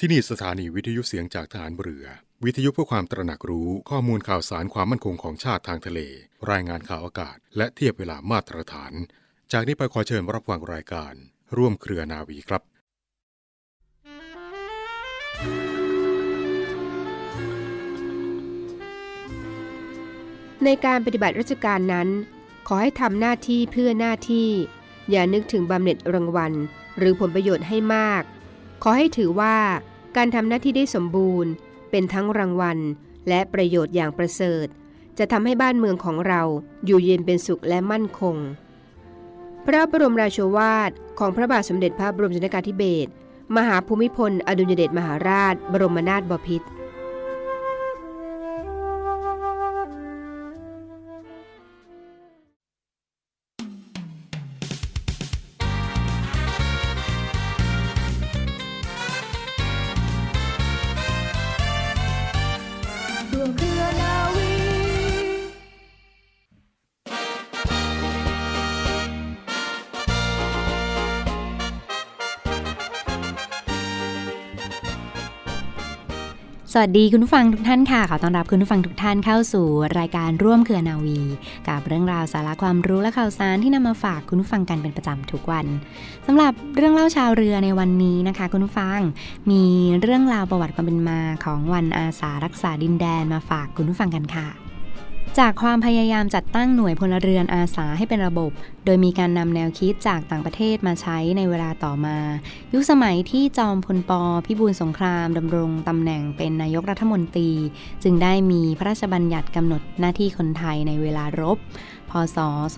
ที่นี่สถานีวิทยุเสียงจากทหารเรือวิทยุเพื่อความตระหนักรู้ข้อมูลข่าวสารความมั่นคงของชาติทางทะเลรายงานข่าวอากาศและเทียบเวลามาตรฐานจากนี้ไปขอเชิญรับฟังรายการร่วมเครือนาวีครับในการปฏิบัติราชการนั้นขอให้ทำหน้าที่เพื่อหน้าที่อย่านึกถึงบำเหน็จรางวัลหรือผลประโยชน์ให้มากขอให้ถือว่าการทำหน้าที่ได้สมบูรณ์เป็นทั้งรางวัลและประโยชน์อย่างประเสริฐจะทำให้บ้านเมืองของเราอยู่เย็นเป็นสุขและมั่นคงพระบรมราโชวาทของพระบาทสมเด็จพระบรมชนกาธิเบศรมหาภูมิพลอดุลยเดชมหาราชบรมนาถบพิตรสวัสดีคุณผู้ฟังทุกท่านค่ะขอต้อนรับคุณผู้ฟังทุกท่านเข้าสู่รายการร่วมเครือนาวีกับเรื่องราวสาระความรู้และข่าวสารที่นำมาฝากคุณผู้ฟังกันเป็นประจำทุกวันสำหรับเรื่องเล่าชาวเรือในวันนี้นะคะคุณผู้ฟังมีเรื่องราวประวัติความเป็นมาของวันอาสารักษาดินแดนมาฝากคุณผู้ฟังกันค่ะจากความพยายามจัดตั้งหน่วยพลเรือนอาสาให้เป็นระบบโดยมีการนำแนวคิดจากต่างประเทศมาใช้ในเวลาต่อมายุคสมัยที่จอมพลป.พิบูลสงครามดำรงตำแหน่งเป็นนายกรัฐมนตรีจึงได้มีพระราชบัญญัติกำหนดหน้าที่คนไทยในเวลารบพ.ศ.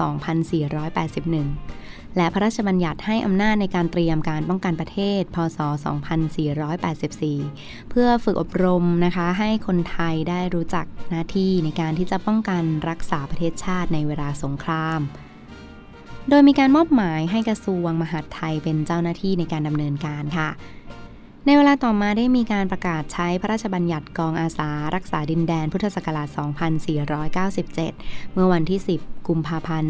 2481และพระราชบัญญัติให้อำนาจในการเตรียมการป้องกันประเทศพ.ศ. 2484เพื่อฝึกอบรมนะคะให้คนไทยได้รู้จักหน้าที่ในการที่จะป้องกันรักษาประเทศชาติในเวลาสงครามโดยมีการมอบหมายให้กระทรวงมหาดไทยเป็นเจ้าหน้าที่ในการดำเนินการค่ะในเวลาต่อมาได้มีการประกาศใช้พระราชบัญญัติกองอาสารักษาดินแดนพุทธศักราช 2497 เมื่อวันที่ 10 กุมภาพันธ์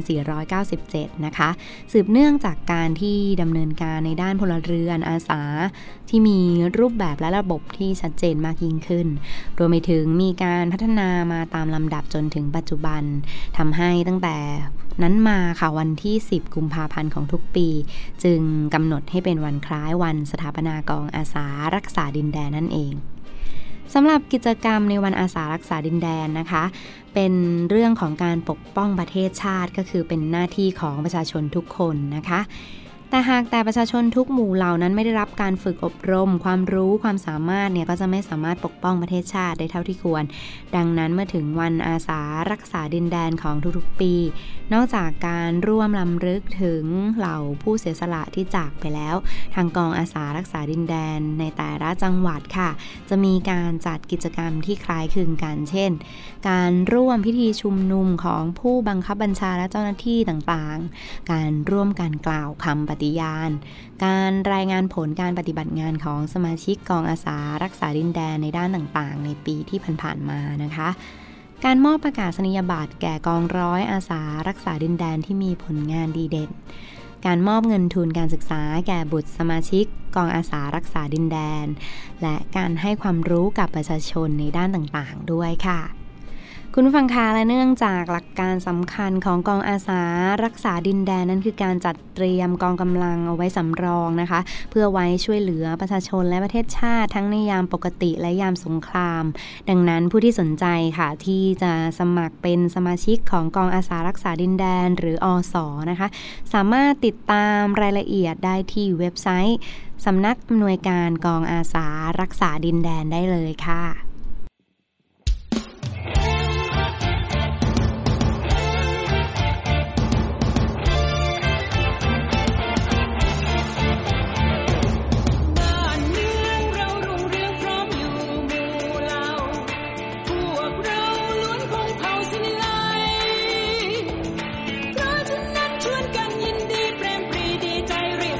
2497 นะคะสืบเนื่องจากการที่ดำเนินการในด้านพลเรือนอาสาที่มีรูปแบบและระบบที่ชัดเจนมากยิ่งขึ้นรวมไปถึงมีการพัฒนามาตามลำดับจนถึงปัจจุบันทำให้ตั้งแต่นั้นมาค่ะวันที่ 10 กุมภาพันธ์ของทุกปีจึงกำหนดให้เป็นวันคล้ายวันสถาปนากองอาสารักษาดินแดนนั่นเองสำหรับกิจกรรมในวันอาสารักษาดินแดนนะคะเป็นเรื่องของการปกป้องประเทศชาติก็คือเป็นหน้าที่ของประชาชนทุกคนนะคะแต่หากแต่ประชาชนทุกหมู่เหล่านั้นไม่ได้รับการฝึกอบรมความรู้ความสามารถเนี่ยก็จะไม่สามารถปกป้องประเทศชาติได้เท่าที่ควรดังนั้นเมื่อถึงวันอาสารักษาดินแดนของทุกๆปีนอกจากการร่วมรำลึกถึงเหล่าผู้เสียสละที่จากไปแล้วทางกองอาสารักษาดินแดนในแต่ละจังหวัดค่ะจะมีการจัดกิจกรรมที่คล้ายคลึงกันเช่นการร่วมพิธีชุมนุมของผู้บังคับบัญชาและเจ้าหน้าที่ต่างๆการร่วมกันกล่าวคำปฏิญาณการรายงานผลการปฏิบัติงานของสมาชิกกองอาสารักษาดินแดนในด้านต่างๆในปีที่ผ่านๆมานะคะการมอบประกาศนียบัตรแก่กองร้อยอาสารักษาดินแดนที่มีผลงานดีเด่นการมอบเงินทุนการศึกษาแก่บุตรสมาชิกกองอาสารักษาดินแดนและการให้ความรู้กับประชาชนในด้านต่างๆด้วยค่ะคุณผู้ฟังคะและเนื่องจากหลักการสำคัญของกองอาสารักษาดินแดนนั้นคือการจัดเตรียมกองกำลังเอาไว้สำรองนะคะเพื่อไว้ช่วยเหลือประชาชนและประเทศชาติทั้งในยามปกติและยามสงครามดังนั้นผู้ที่สนใจค่ะที่จะสมัครเป็นสมาชิกของกองอาสารักษาดินแดนหรืออส.นะคะสามารถติดตามรายละเอียดได้ที่เว็บไซต์สำนักอำนวยการกองอาสารักษาดินแดนได้เลยค่ะ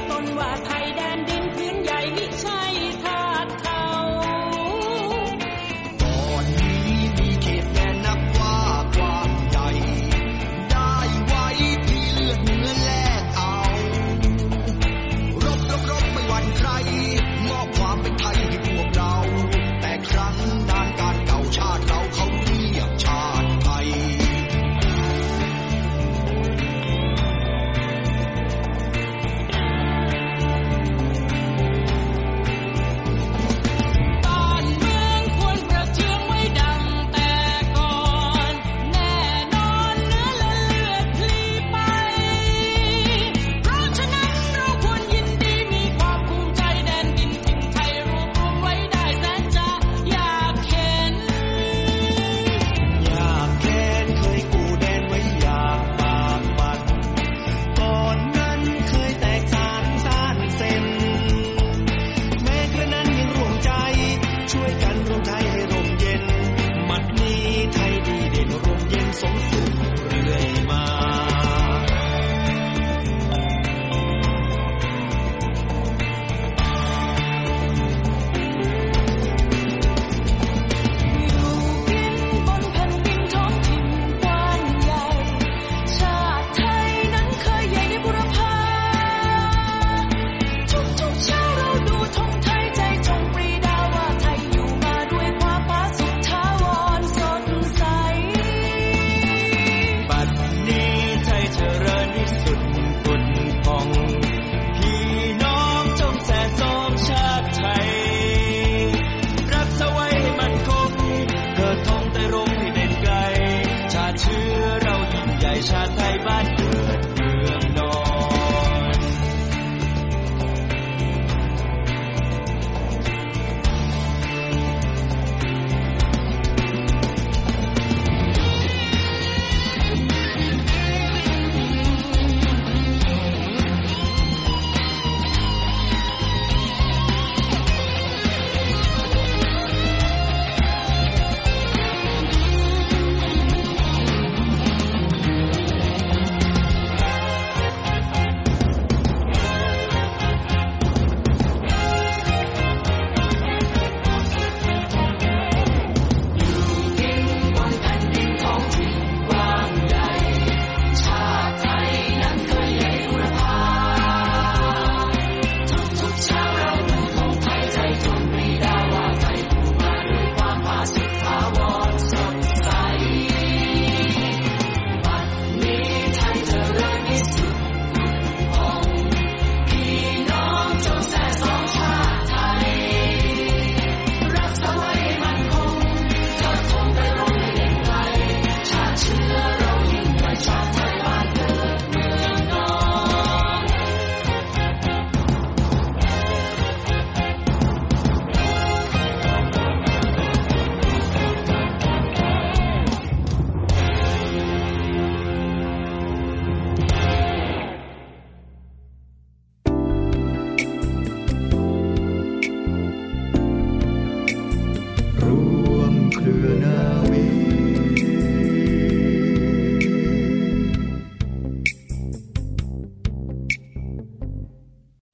เ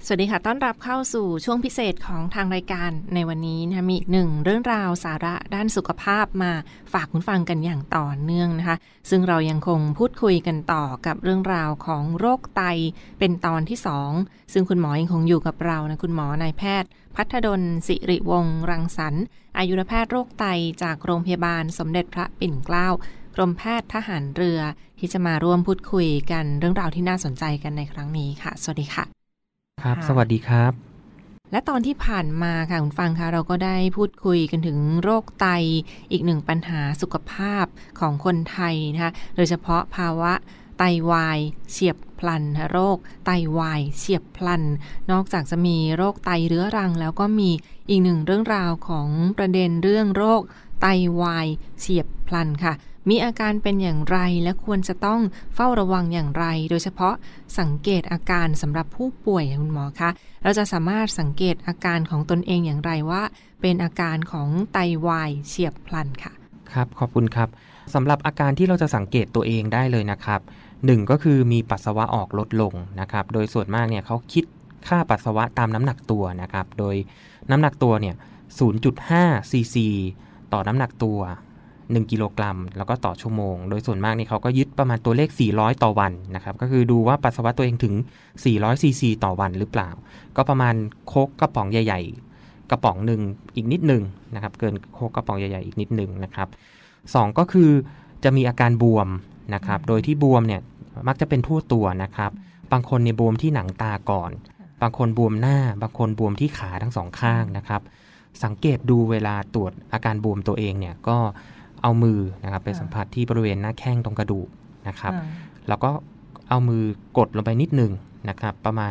สวัสดีค่ะต้อนรับเข้าสู่ช่วงพิเศษของทางรายการในวันนี้นะคะมีอีกหนึ่งเรื่องราวสาระด้านสุขภาพมาฝากคุณฟังกันอย่างต่อเนื่องนะคะซึ่งเรายังคงพูดคุยกันต่อกับเรื่องราวของโรคไตเป็นตอนที่2ซึ่งคุณหมอยังคงอยู่กับเรานะคุณหมอนายแพทย์ภัทรดลสิริวงศ์รังสรรค์อายุรแพทย์โรคไตจากโรงพยาบาลสมเด็จพระปิ่นเกล้ากรมแพทย์ทหารเรือที่จะมาร่วมพูดคุยกันเรื่องราวที่น่าสนใจกันในครั้งนี้ค่ะสวัสดีค่ะครับสวัสดีครับและตอนที่ผ่านมาค่ะคุณฟังคะเราก็ได้พูดคุยกันถึงโรคไตอีกหนึ่งปัญหาสุขภาพของคนไทยนะคะโดยเฉพาะภาวะไตวายเฉียบพลันโรคไตวายเฉียบพลันนอกจากจะมีโรคไตเรื้อรังแล้วก็มีอีกหนึ่งเรื่องราวของประเด็นเรื่องโรคไตวายเฉียบพลันค่ะมีอาการเป็นอย่างไรและควรจะต้องเฝ้าระวังอย่างไรโดยเฉพาะสังเกตอาการสำหรับผู้ป่วยคุณหมอคะเราจะสามารถสังเกตอาการของตนเองอย่างไรว่าเป็นอาการของไตวายเฉียบพลันค่ะครับขอบคุณครับสำหรับอาการที่เราจะสังเกตตัวเองได้เลยนะครับ1ก็คือมีปัสสาวะออกลดลงนะครับโดยส่วนมากเนี่ยเขาคิดค่าปัสสาวะตามน้ำหนักตัวนะครับโดยน้ำหนักตัวเนี่ย 0.5 ซีซีต่อน้ำหนักตัว1กิโลกรัมแล้วก็ต่อชั่วโมงโดยส่วนมากนี่เขาก็ยึดประมาณตัวเลข400ต่อวันนะครับก็คือดูว่าปัสสาวะตัวเองถึง400ซีซีต่อวันหรือเปล่าก็ประมาณโค้กกระป๋องใหญ่ๆกระป๋องหนึ่งอีกนิดนึงนะครับเกินโค้กกระป๋องใหญ่ๆอีกนิดนึงนะครับ2ก็คือจะมีอาการบวมนะครับโดยที่บวมเนี่ยมักจะเป็นทั่วตัวนะครับบางคนเนี่ยบวมที่หนังตาก่อนบางคนบวมหน้าบางคนบวมที่ขาทั้งสองข้างนะครับสังเกตดูเวลาตรวจอาการบวมตัวเองเนี่ยก็เอามือนะครับไปสัมผัสที่บริเวณหน้าแข้งตรงกระดูกนะครับแล้วก็เอามือกดลงไปนิดนึงนะครับประมาณ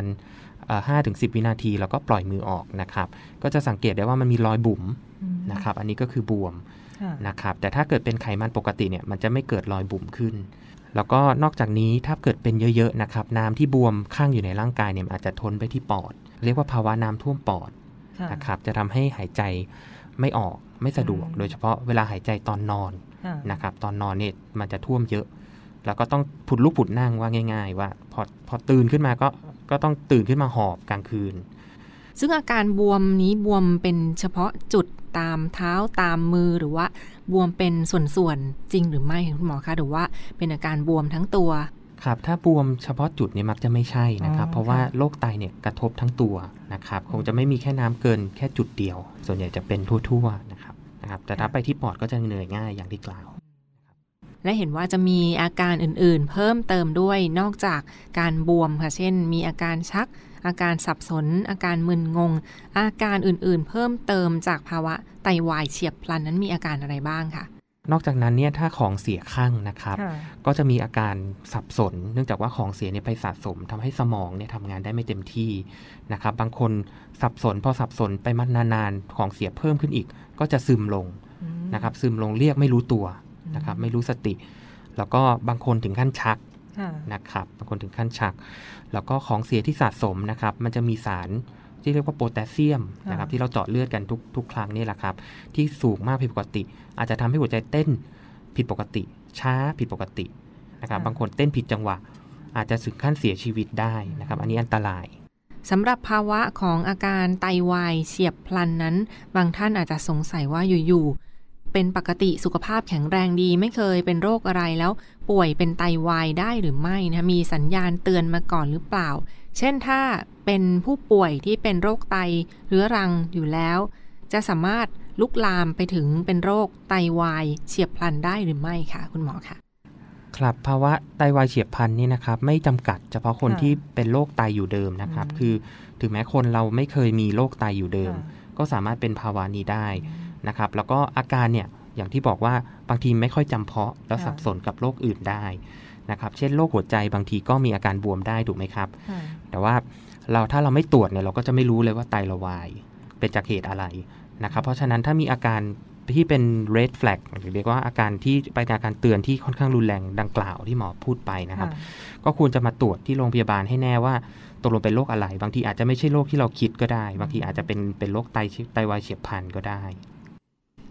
5-10 วินาทีแล้วก็ปล่อยมือออกนะครับก็จะสังเกตได้ว่ามันมีรอยบุ๋มนะครับอันนี้ก็คือบวมนะครับแต่ถ้าเกิดเป็นไขมันปกติเนี่ยมันจะไม่เกิดรอยบุ๋มขึ้นแล้วก็นอกจากนี้ถ้าเกิดเป็นเยอะๆนะครับน้ำที่บวมข้างอยู่ในร่างกายเนี่ยอาจจะทนไปที่ปอดเรียกว่าภาวะน้ำท่วมปอดนะครับจะทำให้หายใจไม่ออกไม่สะดวกโดยเฉพาะเวลาหายใจตอนนอนนะครับตอนนอนเนี่ยมันจะท่วมเยอะแล้วก็ต้องผุดลุกผุดนั่งว่าง่ายๆว่าพอตื่นขึ้นมาก็ต้องตื่นขึ้นมาหอบกลางคืนซึ่งอาการบวมนี้บวมเป็นเฉพาะจุดตามเท้าตามมือหรือว่าบวมเป็นส่วนๆจริงหรือไม่คุณหมอคะหรือว่าเป็นอาการบวมทั้งตัวครับถ้าบวมเฉพาะจุดเนี่ยมักจะไม่ใช่นะครับเพราะว่าโรคไตเนี่ยกระทบทั้งตัวนะครับคงจะไม่มีแค่น้ำเกินแค่จุดเดียวส่วนใหญ่จะเป็นทั่วๆนะครับแต่ถ้าไปที่ปอดก็จะเหนื่อยง่ายอย่างที่กล่าวและเห็นว่าจะมีอาการอื่นๆเพิ่มเติมด้วยนอกจากการบวมค่ะเช่นมีอาการชักอาการสับสนอาการมึนงงอาการอื่นๆเพิ่มเติมจากภาวะไตวายเฉียบพลันนั้นมีอาการอะไรบ้างค่ะนอกจากนั้นเนี่ยถ้าของเสียข้างนะครับก็จะมีอาการสับสนเนื่องจากว่าของเสียเนี่ยไปสะสมทำให้สมองเนี่ยทำงานได้ไม่เต็มที่นะครับบางคนสับสนพอสับสนไปนานๆของเสียเพิ่มขึ้นอีกก็จะซึมลงนะครับซึมลงเรียกไม่รู้ตัวนะครับไม่รู้สติแล้วก็บางคนถึงขั้นชักนะครับบางคนถึงขั้นชักแล้วก็ของเสียที่สะสมนะครับมันจะมีสารที่เรียกว่าโพแทสเซียมนะครับที่เราเจาะเลือดกันทุกครั้งนี่แหละครับที่สูงมากผิดปกติอาจจะทำให้หัวใจเต้นผิดปกติช้าผิดปกตินะครับบางคนเต้นผิดจังหวะอาจจะถึงขั้นเสียชีวิตได้นะครับอันนี้อันตรายสำหรับภาวะของอาการไตวายเฉียบพลันนั้นบางท่านอาจจะสงสัยว่าอยู่ๆเป็นปกติสุขภาพแข็งแรงดีไม่เคยเป็นโรคอะไรแล้วป่วยเป็นไตวายได้หรือไม่นะมีสัญญาณเตือนมาก่อนหรือเปล่าเช่นถ้าเป็นผู้ป่วยที่เป็นโรคไตเรื้อรังอยู่แล้วจะสามารถลุกลามไปถึงเป็นโรคไตวายเฉียบพลันได้หรือไม่คะคุณหมอคะครับภาวะไตวายเฉียบพลันนี่นะครับไม่จำกัดเฉพาะคนที่เป็นโรคไตอยู่เดิมนะครับคือถึงแม้คนเราไม่เคยมีโรคไตอยู่เดิมก็สามารถเป็นภาวะนี้ได้นะครับแล้วก็อาการเนี่ยอย่างที่บอกว่าบางทีไม่ค่อยจำเพาะแล้วสับสนกับโรคอื่นได้นะครับเช่นโรคหัวใจบางทีก็มีอาการบวมได้ถูกไหมครับแต่ว่าถ้าเราไม่ตรวจเนี่ยเราก็จะไม่รู้เลยว่าไตเราวายเป็นจากเหตุอะไรนะครับเพราะฉะนั้นถ้ามีอาการที่เป็น red flag หรือเรียกว่าอาการที่เป็นอาการเตือนที่ค่อนข้างรุนแรงดังกล่าวที่หมอพูดไปนะครับก็ควรจะมาตรวจที่โรงพยาบาลให้แน่ว่าตกลงเป็นโรคอะไรบางทีอาจจะไม่ใช่โรคที่เราคิดก็ได้บางทีอาจจะเป็นโรคไตวายเฉียบพลันก็ได้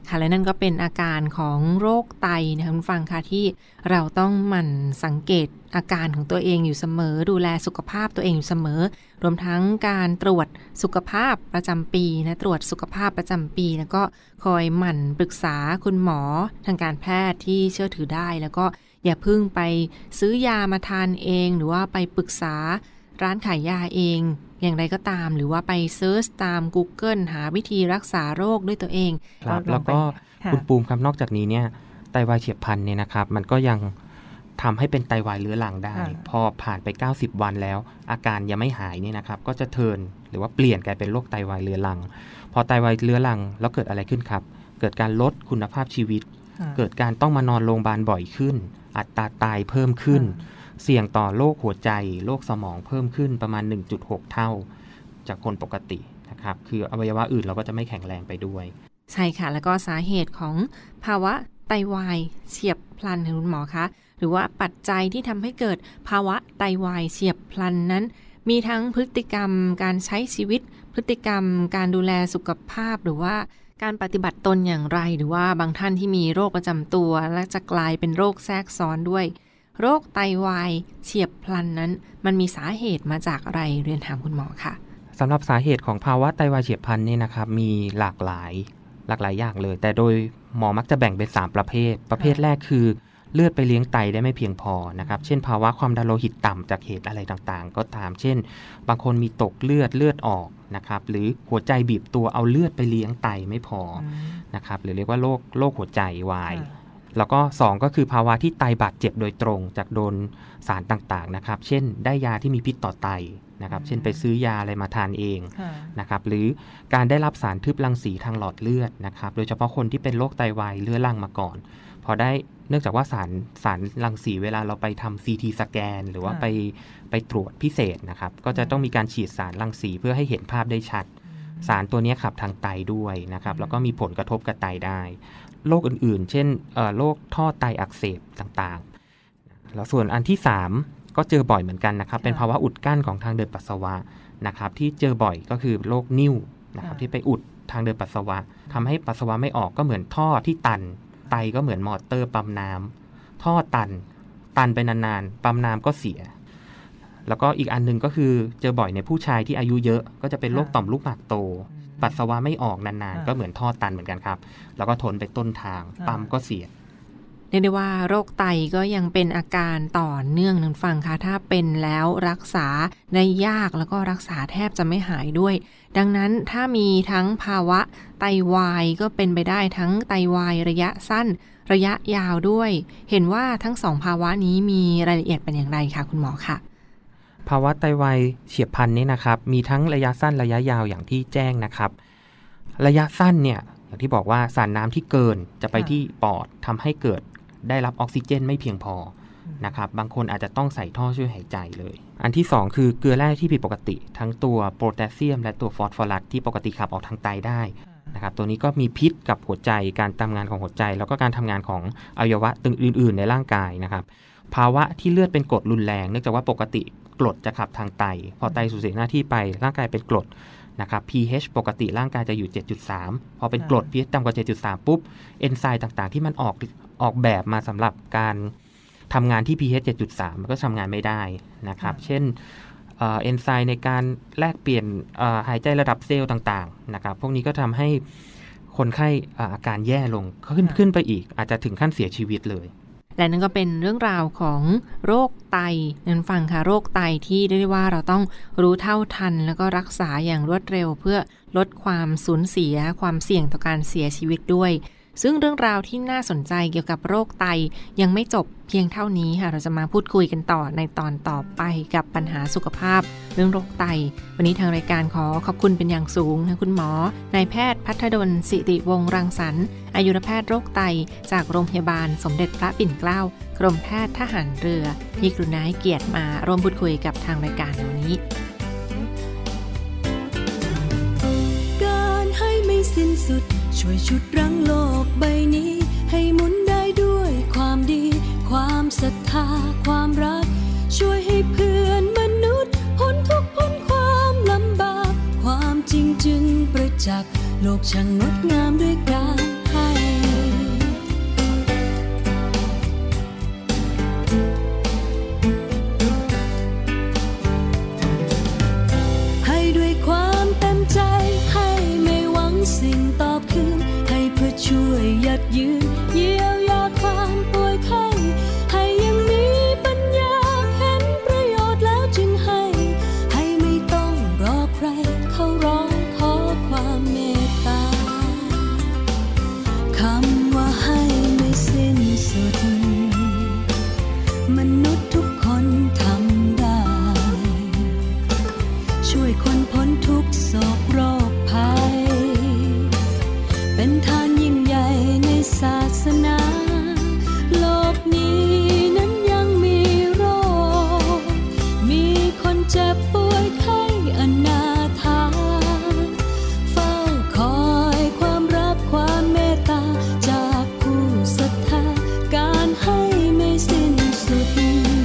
ค่ะและนั่นก็เป็นอาการของโรคไตนะคะคุณฟังค่ะที่เราต้องหมั่นสังเกตอาการของตัวเองอยู่เสมอดูแลสุขภาพตัวเองอยู่เสมอรวมทั้งการตรวจสุขภาพประจำปีนะตรวจสุขภาพประจำปีแล้วก็คอยหมั่นปรึกษาคุณหมอทางการแพทย์ที่เชื่อถือได้แล้วก็อย่าเพิ่งไปซื้อยามาทานเองหรือว่าไปปรึกษาร้านขายยาเองอย่างไรก็ตามหรือว่าไปเซิร์ชตาม Google หาวิธีรักษาโรคด้วยตัวเองครับแล้วก็คุณปูมครับนอกจากนี้เนี่ยไตวายเฉียบพลันเนี่ยนะครับมันก็ยังทำให้เป็นไตวายเรื้อรังได้พอผ่านไป90วันแล้วอาการยังไม่หายเนี่ยนะครับก็จะเทิร์นหรือว่าเปลี่ยนกลายเป็นโรคไตวายเรื้อรังพอไตวายเรื้อรังแล้วเกิดอะไรขึ้นครับเกิดการลดคุณภาพชีวิตเกิดการต้องมานอนโรงพยาบาลบ่อยขึ้นอัตราตายเพิ่มขึ้นเสี่ยงต่อโรคหัวใจโรคสมองเพิ่มขึ้นประมาณ 1.6 เท่าจากคนปกตินะครับคืออวัยวะอื่นเราก็จะไม่แข็งแรงไปด้วยใช่ค่ะแล้วก็สาเหตุของภาวะไตวายเฉียบพลันคุณหมอคะหรือว่าปัจจัยที่ทำให้เกิดภาวะไตวายเฉียบพลันนั้นมีทั้งพฤติกรรมการใช้ชีวิตพฤติกรรมการดูแลสุขภาพหรือว่าการปฏิบัติตนอย่างไรหรือว่าบางท่านที่มีโรคประจำตัวและจะกลายเป็นโรคแทรกซ้อนด้วยโรคไตวายเฉียบพลันนั้นมันมีสาเหตุมาจากอะไรเรียนถามคุณหมอค่ะสำหรับสาเหตุของภาวะไตวายเฉียบพลันนี่นะครับมีหลากหลายอย่างเลยแต่โดยหมอมักจะแบ่งเป็น3ประเภทแรกคือเลือดไปเลี้ยงไตได้ไม่เพียงพอนะครับเช่นภาวะความดันโลหิตต่ำจากเหตุอะไรต่างๆก็ตามเช่นบางคนมีตกเลือดออกนะครับหรือหัวใจบีบตัวเอาเลือดไปเลี้ยงไตไม่พอนะครับหรือเรียกว่าโรคหัวใจวายแล้วก็2ก็คือภาวะที่ไตบาดเจ็บโดยตรงจากโดนสารต่างๆนะครับเช่นได้ยาที่มีพิษต่อไตนะครับเช่นไปซื้อยาอะไรมาทานเองนะครับหรือการได้รับสารทึบรังสีทางหลอดเลือดนะครับโดยเฉพาะคนที่เป็นโรคไตวายเรื้อรังมาก่อนพอได้เนื่องจากว่าสารรังสีเวลาเราไปทำ CT สแกนหรือว่าไปตรวจพิเศษนะครับก็จะต้องมีการฉีดสารรังสีเพื่อให้เห็นภาพได้ชัดสารตัวนี้ขับทางไตด้วยนะครับแล้วก็มีผลกระทบกับไตได้โรคอื่นๆเช่นโรคท่อไตอักเสบต่างๆแล้วส่วนอันที่3ก็เจอบ่อยเหมือนกันนะครับเป็นภาวะอุดกั้นของทางเดินปัสสาวะนะครับที่เจอบ่อยก็คือโรคนิ่วนะครับที่ไปอุดทางเดินปัสสาวะทำให้ปัสสาวะไม่ออกก็เหมือนท่อที่ตันไตก็เหมือนมอเตอร์ปั๊มน้ำท่อตันไปนานๆปั๊มน้ำก็เสียแล้วก็อีกอันนึงก็คือเจอบ่อยในผู้ชายที่อายุเยอะก็จะเป็นโรคต่อมลูกหมากโตปัสสาวะไม่ออกนานๆก็เหมือนท่อตันเหมือนกันครับแล้วก็ทนไปต้นทางปั๊มก็เสียเรียกได้ว่าโรคไตก็ยังเป็นอาการต่อเนื่องนั่นฟังค่ะถ้าเป็นแล้วรักษาได้ยากแล้วก็รักษาแทบจะไม่หายด้วยดังนั้นถ้ามีทั้งภาวะไตวายก็เป็นไปได้ทั้งไตวายระยะสั้นระยะยาวด้วยเห็นว่าทั้ง2ภาวะนี้มีรายละเอียดเป็นอย่างไรคะคุณหมอค่ะภาวะไตวายเฉียบพลันนี่นะครับมีทั้งระยะสั้นระยะยาวอย่างที่แจ้งนะครับระยะสั้นเนี่ยอย่างที่บอกว่าสารน้ำที่เกินจะไปที่ปอดทำให้เกิดได้รับออกซิเจนไม่เพียงพอนะครับบางคนอาจจะต้องใส่ท่อช่วยหายใจเลยอันที่2คือเกลือแร่ที่ผิดปกติทั้งตัวโพแทสเซียมและตัวฟอสฟอรัสที่ปกติขับออกทางไตได้นะครับตัวนี้ก็มีพิษกับหัวใจการทำงานของหัวใจแล้วก็การทำงานของอวัยวะอื่นๆในร่างกายนะครับภาวะที่เลือดเป็นกรดรุนแรงเนื่องจากว่าปกติกรดจะขับทางไตพอไตสูญเสียหน้าที่ไปร่างกายเป็นกรดนะครับ pH ปกติร่างกายจะอยู่ 7.3 พอเป็นกรด pH ต่ำกว่า 7.3 ปุ๊บเอนไซม์ต่างๆที่มันออกแบบมาสำหรับการทำงานที่ pH 7.3 มันก็ทำงานไม่ได้นะครับเช่นเอนไซม์ในการแลกเปลี่ยนหายใจระดับเซลล์ต่างๆนะครับพวกนี้ก็ทำให้คนไข้อาการแย่ลงขึ้นไปอีกอาจจะถึงขั้นเสียชีวิตเลยและนั่นก็เป็นเรื่องราวของโรคไตนั่นฟังค่ะโรคไตที่เรียกได้ว่าเราต้องรู้เท่าทันแล้วก็รักษาอย่างรวดเร็วเพื่อลดความสูญเสียความเสี่ยงต่อการเสียชีวิตด้วยซึ่งเรื่องราวที่น่าสนใจเกี่ยวกับโรคไตยังไม่จบเพียงเท่านี้ค่ะเราจะมาพูดคุยกันต่อในตอนต่อไปกับปัญหาสุขภาพเรื่องโรคไตวันนี้ทางรายการขอขอบคุณเป็นอย่างสูงนะคุณหมอนายแพทย์ภัทรดลสิริวงศ์รังสรรค์อายุรแพทย์โรคไตจากโรงพยาบาลสมเด็จพระปิ่นเกล้ากรมแพทย์ทหารเรือที่กรุณาให้เกียรติมาร่วมพูดคุยกับทางรายการในวันนี้การให้ไม่สิ้นสุดช่วยชุดรั้งโลกใบนี้ให้หมุนได้ด้วยความดีความศรัทธาความรักช่วยให้เพื่อนมนุษย์พ้นทุกข์พ้นความลำบากความจริงจึงประจักษ์โลกช่างงดงามด้วยการให้ช่วยยัดยืนเยียวยาความป่วยไข้ให้ยังมีปัญญาเห็นประโยชน์แล้วจึงให้ไม่ต้องรอใครเขาร้องขอความเมตตาคำว่าให้ไม่สิ้นสุดมนุษย์ทุกคนทำได้ช่วยคนพ้นทุกโศกโรคภัยเป็นทานยิ่งใหญ่ในศาสนาโลกนี้นั้นยังมีโรคมีคนเจ็บป่วยไข้อนาถาเฝ้าคอยความรักความเมตตาจากผู้ศรัทธาการให้ไม่สิ้นสุด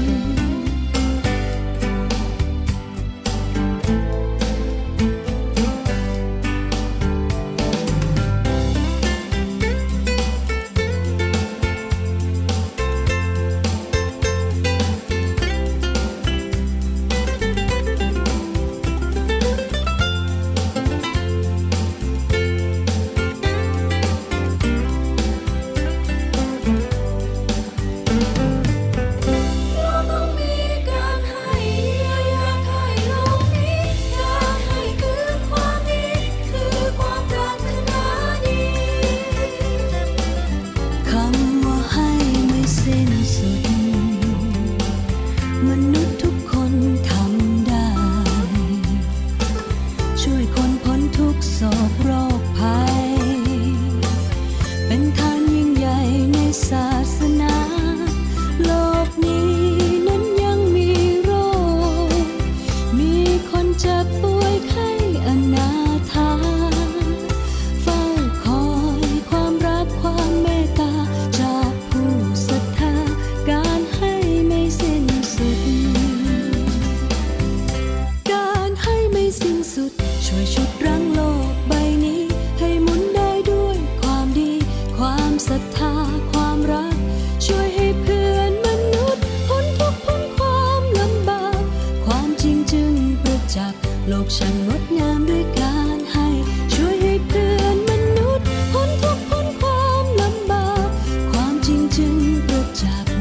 โลกช่างงดงามด้วยการให้ช่วยให้เพื่อนมนุษย์พ้นทุกข์พ้นความลำบากความจริงจึงประจักษ์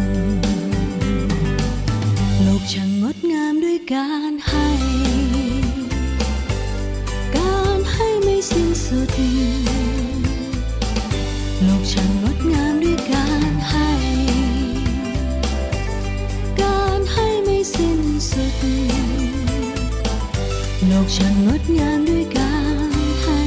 โลกช่างงดงามด้วยการให้ไม่สิ้นสุดโลกช่างงดงามด้วยการให้ไม่สิ้นสุดโลกช่างงดงามด้วยการให้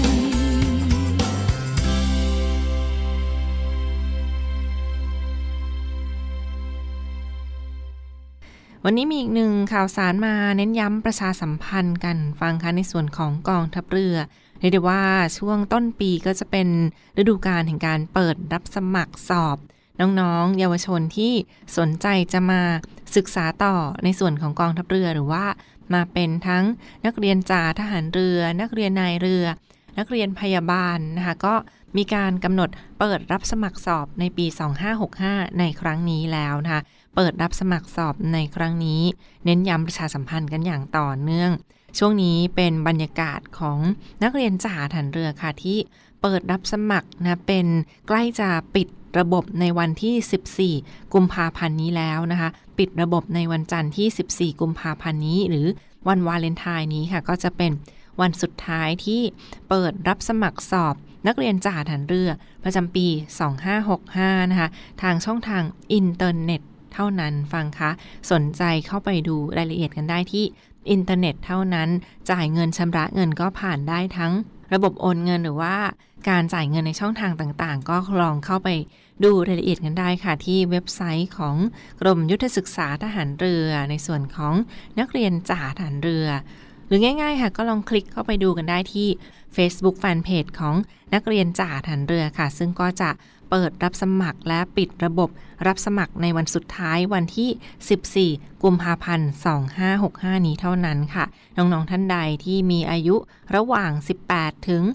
วันนี้มีอีกหนึ่งข่าวสารมาเน้นย้ำประชาสัมพันธ์กันฟังค่ะในส่วนของกองทัพเรือเรียกได้ว่าช่วงต้นปีก็จะเป็นฤดูกาลแห่งการเปิดรับสมัครสอบน้องๆเยาวชนที่สนใจจะมาศึกษาต่อในส่วนของกองทัพเรือหรือว่ามาเป็นทั้งนักเรียนจ่าทหารเรือนักเรียนนายเรือนักเรียนพยาบาลนะคะก็มีการกำหนดเปิดรับสมัครสอบในปี2565ในครั้งนี้แล้วนะคะเปิดรับสมัครสอบในครั้งนี้เน้นย้ำประชาสัมพันธ์กันอย่างต่อเนื่องช่วงนี้เป็นบรรยากาศของนักเรียนจ่าทหารเรือค่ะที่เปิดรับสมัครนะเป็นใกล้จะปิดระบบในวันที่14กุมภาพันธ์นี้แล้วนะคะปิดระบบในวันจันทร์ที่14กุมภาพันธ์นี้หรือวันวาเลนไทน์นี้ค่ะก็จะเป็นวันสุดท้ายที่เปิดรับสมัครสอบนักเรียนจ่าทหารเรือประจำปี2565นะคะทางช่องทางอินเทอร์เน็ตเท่านั้นฟังคะสนใจเข้าไปดูรายละเอียดกันได้ที่อินเทอร์เน็ตเท่านั้นจ่ายเงินชำระเงินก็ผ่านได้ทั้งระบบโอนเงินหรือว่าการจ่ายเงินในช่องทางต่างๆก็ลองเข้าไปดูรายละเอียดกันได้ค่ะที่เว็บไซต์ของกรมยุทธศึกษาทหารเรือในส่วนของนักเรียนจ่าทหารเรือหรือง่ายๆค่ะก็ลองคลิกเข้าไปดูกันได้ที่ Facebook Fanpage ของนักเรียนจ่าทหารเรือค่ะซึ่งก็จะเปิดรับสมัครและปิดระบบรับสมัครในวันสุดท้ายวันที่14กุมภาพันธ์2565นี้เท่านั้นค่ะน้องๆท่านใดที่มีอายุระหว่าง18ถึง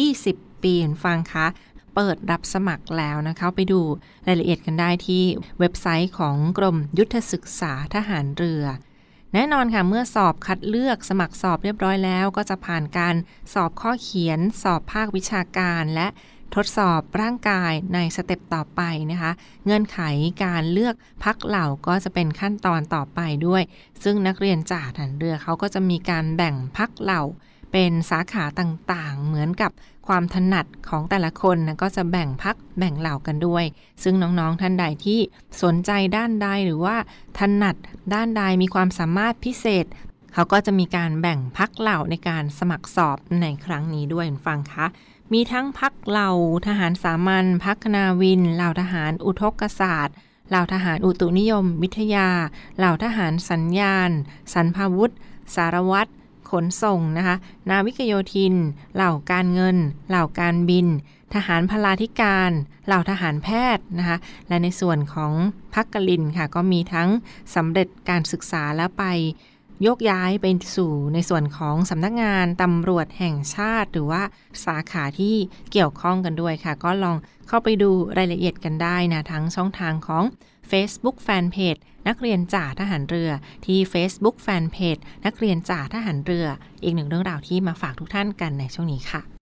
20ปีฟังคะเปิดรับสมัครแล้วนะคะไปดูรายละเอียดกันได้ที่เว็บไซต์ของกรมยุทธศึกษาทหารเรือแน่นอนค่ะเมื่อสอบคัดเลือกสมัครสอบเรียบร้อยแล้วก็จะผ่านการสอบข้อเขียนสอบภาควิชาการและทดสอบร่างกายในสเต็ปต่อไปนะคะเงื่อนไขการเลือกพักเหล่าก็จะเป็นขั้นตอนต่อไปด้วยซึ่งนักเรียนจากทหารเรือเขาก็จะมีการแบ่งพักเหล่าเป็นสาขาต่างๆเหมือนกับความถนัดของแต่ละคนนะก็จะแบ่งพักแบ่งเหล่ากันด้วยซึ่งน้องๆท่านใดที่สนใจด้านใดหรือว่าถนัดด้านใดมีความสามารถพิเศษเขาก็จะมีการแบ่งพักเหล่าในการสมัครสอบในครั้งนี้ด้วยฟังคะมีทั้งพักเหล่าทหารสามัญพักนาวินเหล่าทหารอุทกศาสตร์เหล่าทหารอุตุนิยมวิทยาเหล่าทหารสัญญาณสรรพาวุธสารวัตรขนส่งนะคะนาวิกโยธินเหล่าการเงินเหล่าการบินทหารพลาธิการเหล่าทหารแพทย์นะคะและในส่วนของภักลินค่ะก็มีทั้งสำเร็จการศึกษาแล้วไปโยกย้ายไปสู่ในส่วนของสำนักงานตำรวจแห่งชาติหรือว่าสาขาที่เกี่ยวข้องกันด้วยค่ะก็ลองเข้าไปดูรายละเอียดกันได้นะทั้งช่องทางของ Facebook Fanpage นักเรียนจ่าทหารเรือที่ Facebook Fanpage นักเรียนจ่าทหารเรืออีกหนึ่งเรื่องราวที่มาฝากทุกท่านกันในช่วงนี้ค่ะ